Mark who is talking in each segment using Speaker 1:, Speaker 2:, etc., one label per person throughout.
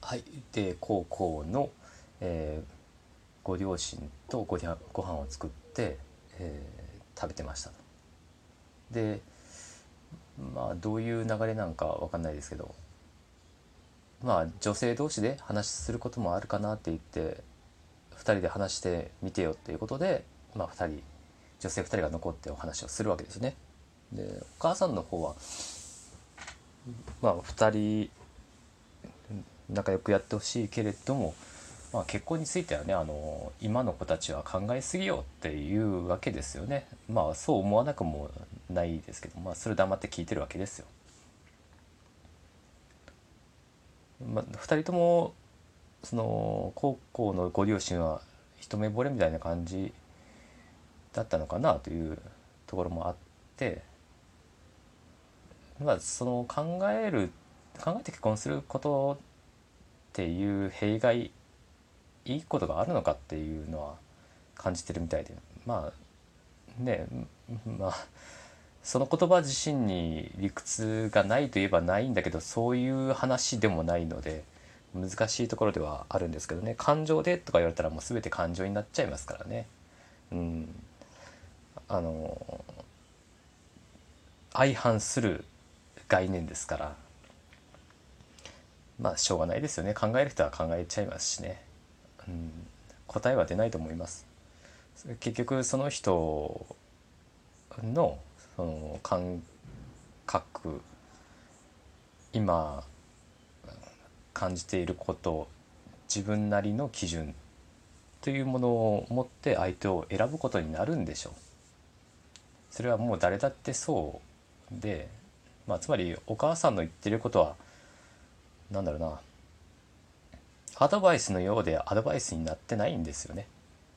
Speaker 1: はい。で、高校の、えーご両親とご飯を作って、食べてましたと。で、まあどういう流れなんかわかんないですけど、まあ女性同士で話することもあるかなって言って、2人で話してみてよっていうことで、まあ女性2人が残ってお話をするわけですね。で、お母さんの方は、まあ2人仲良くやってほしいけれども、まあ、結婚についてはね、今の子たちは考えすぎよっていうわけですよね。まあそう思わなくもないですけど、まあそれ黙って聞いてるわけですよ。まあ、2人ともその高校のご両親は一目惚れみたいな感じだったのかなというところもあって、まあその考えて結婚することっていう弊害、いいことがあるのかっていうのは感じてるみたいで、まあね、まあその言葉自身に理屈がないといえばないんだけど、そういう話でもないので難しいところではあるんですけどね。感情でとか言われたらもう全て感情になっちゃいますからね。うん、あの相反する概念ですから、まあしょうがないですよね。考える人は考えちゃいますしね。うん、答えは出ないと思います。結局その人のその感覚、今感じていること、自分なりの基準というものを持って相手を選ぶことになるんでしょう。それはもう誰だってそうで、まあ、つまりお母さんの言ってることは何だろうな、アドバイスのようでアドバイスになってないんですよね。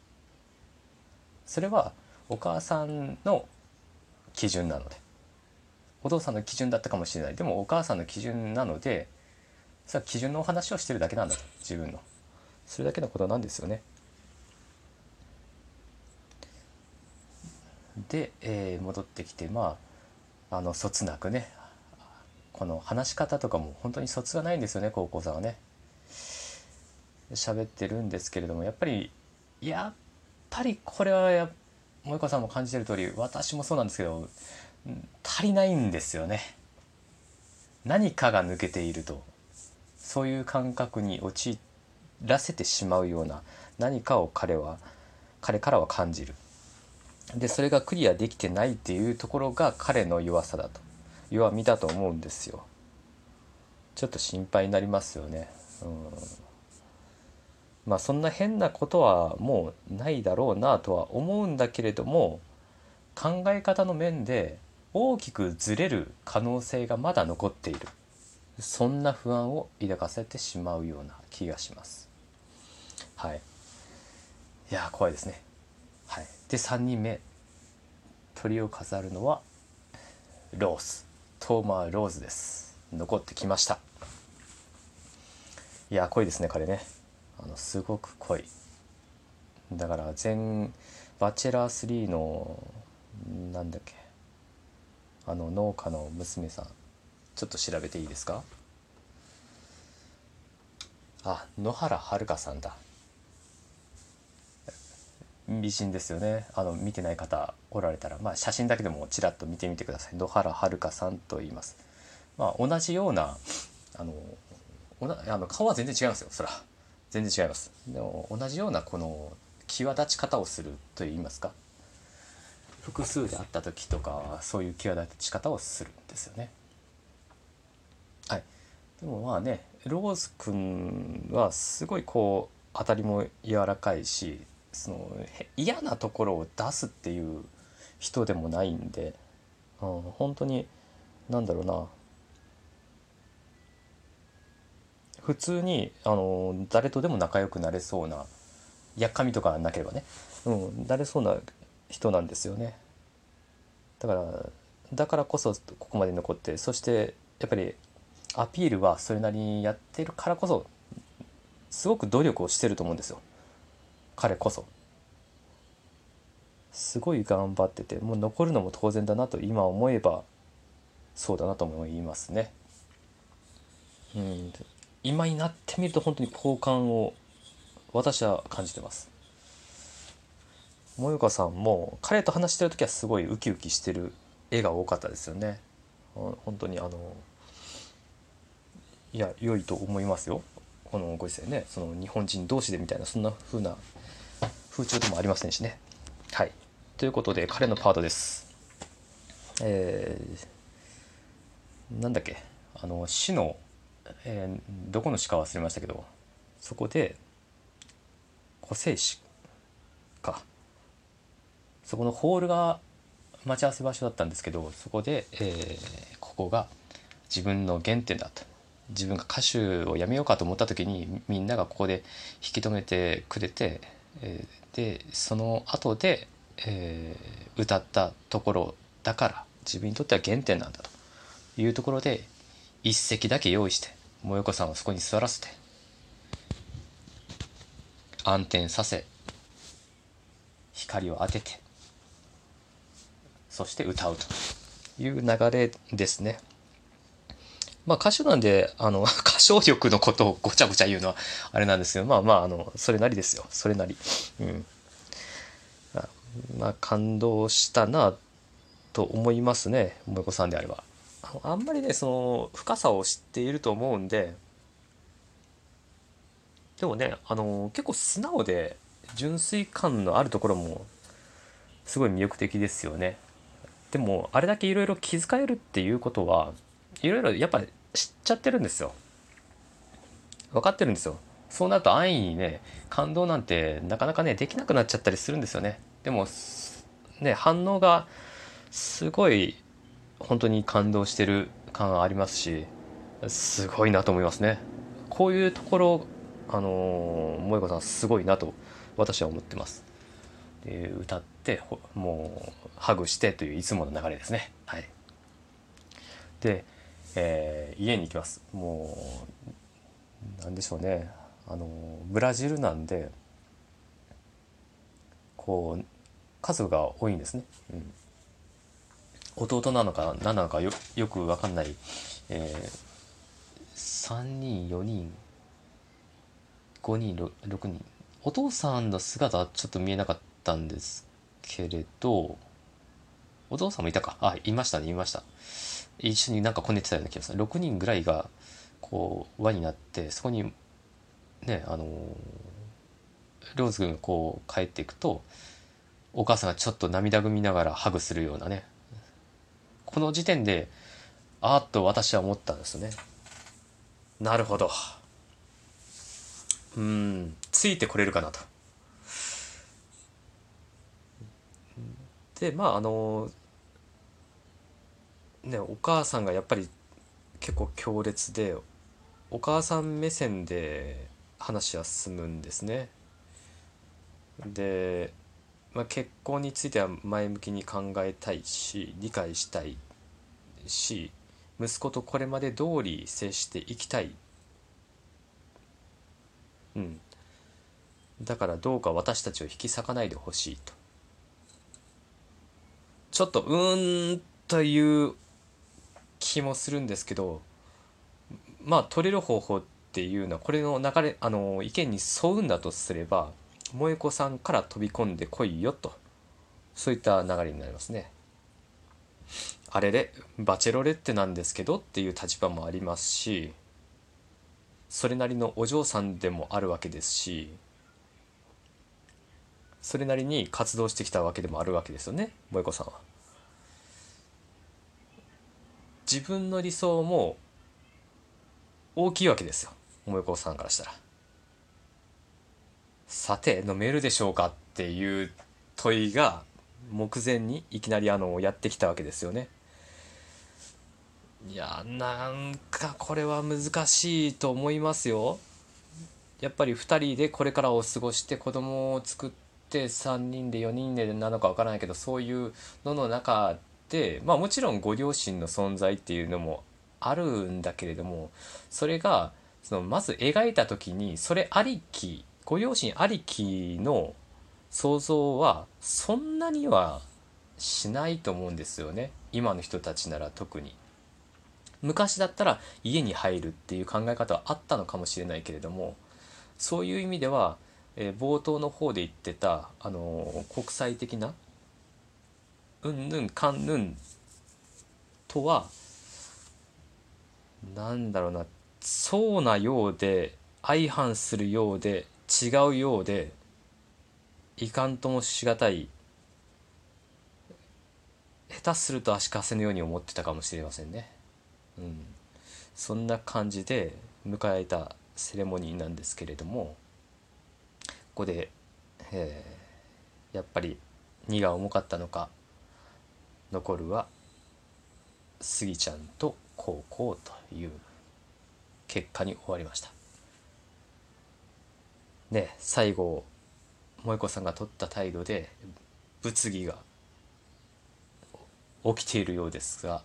Speaker 1: それはお母さんの基準なので、お父さんの基準だったかもしれない、でもお母さんの基準なので、それは基準のお話をしてるだけなんだと、自分のそれだけのことなんですよね。で、戻ってきて、まあそつなくね、この話し方とかも本当にそつがないんですよね、高校さんはね。喋ってるんですけれども、やっぱりこれは萌子さんも感じてる通り、私もそうなんですけど、足りないんですよね。何かが抜けていると、そういう感覚に陥らせてしまうような何かを彼からは感じる。でそれがクリアできてないっていうところが彼の弱さだと、弱みだと思うんですよ。ちょっと心配になりますよね。うん、まあそんな変なことはもうないだろうなとは思うんだけれども、考え方の面で大きくずれる可能性がまだ残っている、そんな不安を抱かせてしまうような気がします。はい。いや怖いですね。はい。で3人目、鳥を飾るのはローズ、トーマー・ローズです。残ってきました。いや濃いですね彼ね。すごく濃い。だからバチェラー3のなんだっけ、農家の娘さん、ちょっと調べていいですか？野原はるかさんだ。美人ですよね。見てない方おられたら、まあ、写真だけでもちらっと見てみてください。野原はるかさんと言います。まあ、同じようなあの顔は全然違いますよ、そら全然違います。でも同じようなこの際立ち方をするといいますか、複数で会った時とかそういう際立ち方をするんですよね。はい。でもまあね、ローズくんはすごいこう当たりも柔らかいし、その嫌なところを出すっていう人でもないんで、本当になんだろうな、普通に誰とでも仲良くなれそうな、やっかみとかなければね、なれそうな人なんですよね。だからだからこそここまで残って、そしてやっぱりアピールはそれなりにやってるからこそ、すごく努力をしてると思うんですよ、彼こそ。すごい頑張ってて、もう残るのも当然だなと今思えばそうだなと思いますね。うん、 今になってみると本当に好感を私は感じてます。萌香さんも彼と話してる時はすごいウキウキしてる絵が多かったですよね。本当にいや良いと思いますよ。このご時世ね、その日本人同士でみたいなそんな風な風潮でもありませんしね。はい、ということで彼のパートです。えなんだっけ、市の、どこの市か忘れましたけど、そこで湖西市か、そこのホールが待ち合わせ場所だったんですけど、そこで、ここが自分の原点だと、自分が歌手をやめようかと思った時にみんながここで引き止めてくれて、でその後で、歌ったところだから自分にとっては原点なんだというところで、一席だけ用意して萌子さんをそこに座らせて暗転させ光を当てて、そして歌うという流れですね。まあ歌手なんで歌唱力のことをごちゃごちゃ言うのはあれなんですけど、まあまあそれなりですよ、それなり。うん。まあ感動したなと思いますね、萌子さんであれば。あんまりねその深さを知っていると思うんで。でもね結構素直で純粋感のあるところもすごい魅力的ですよね。でもあれだけいろいろ気遣えるっていうことはいろいろやっぱ知っちゃってるんですよ。分かってるんですよ。そうなると安易にね感動なんてなかなかねできなくなっちゃったりするんですよね。でもね反応がすごい本当に感動してる感ありますし、すごいなと思いますね。こういうところ萌子さんすごいなと私は思ってます。で歌ってもうハグしてといういつもの流れですね。はい。で、家に行きます。もうなんでしょうね、ブラジルなんでこう家族が多いんですね。弟なのか何なのかよく分かんない、え3人4人5人6人、お父さんの姿はちょっと見えなかったんですけれど、お父さんもいたか、あいましたね、いました。一緒になんかこねてたような気がする。6人ぐらいがこう輪になって、そこにねローズ君がこう帰っていくと、お母さんがちょっと涙ぐみながらハグするようなね、この時点であーっと私は思ったんですね。なるほど、ついてこれるかなと。でまあね、お母さんがやっぱり結構強烈で、お母さん目線で話は進むんですね。で、まあ、結婚については前向きに考えたいし理解したいし、息子とこれまで通り接していきたい、うん、だからどうか私たちを引き裂かないでほしいと、ちょっとという気もするんですけど、まあ取れる方法っていうのはこれの流れ意見に沿うんだとすれば、萌子さんから飛び込んでこいよと、そういった流れになりますね。あれれバチェロレッテなんですけどっていう立場もありますし、それなりのお嬢さんでもあるわけですし、それなりに活動してきたわけでもあるわけですよね、萌子さんは。自分の理想も大きいわけですよ、萌子さんからしたら。さて飲めるでしょうかっていう問いが目前にいきなりやってきたわけですよね。いやなんかこれは難しいと思いますよ。やっぱり2人でこれからを過ごして子供を作って3人で4人でなのかわからないけど、そういうのの中でまあもちろんご両親の存在っていうのもあるんだけれども、それがそのまず描いた時にそれありき、ご両親ありきの想像はそんなにはしないと思うんですよね、今の人たちなら特に。 昔だったら家に入るっていう考え方はあったのかもしれないけれども、そういう意味では、冒頭の方で言ってた、国際的なうんぬんかんぬんとは、なんだろうな、そうなようで相反するようで違うようで、いかんともしがたい、下手すると足かせのように思ってたかもしれませんね。うん、そんな感じで迎えたセレモニーなんですけれども、ここで、やっぱり荷が重かったのか、残るはスギちゃんとコウコウという結果に終わりましたね。最後萌子さんが取った態度で物議が起きているようですが、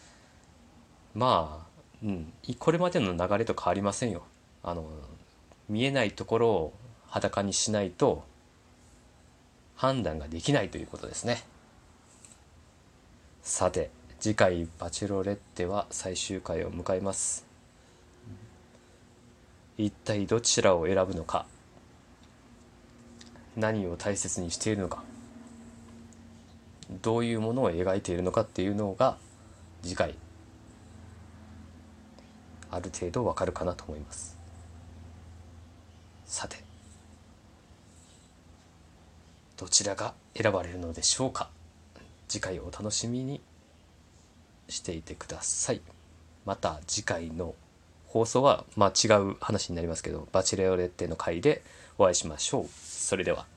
Speaker 1: まあ、これまでの流れと変わりませんよ。あの見えないところを裸にしないと判断ができないということですね。さて次回バチェロレッテは最終回を迎えます。一体どちらを選ぶのか、何を大切にしているのか、どういうものを描いているのかっていうのが次回ある程度わかるかなと思います。さてどちらが選ばれるのでしょうか。次回をお楽しみにしていてください。また次回の放送は違う話になりますけど、バチェロレッテの回でお会いしましょう。それでは。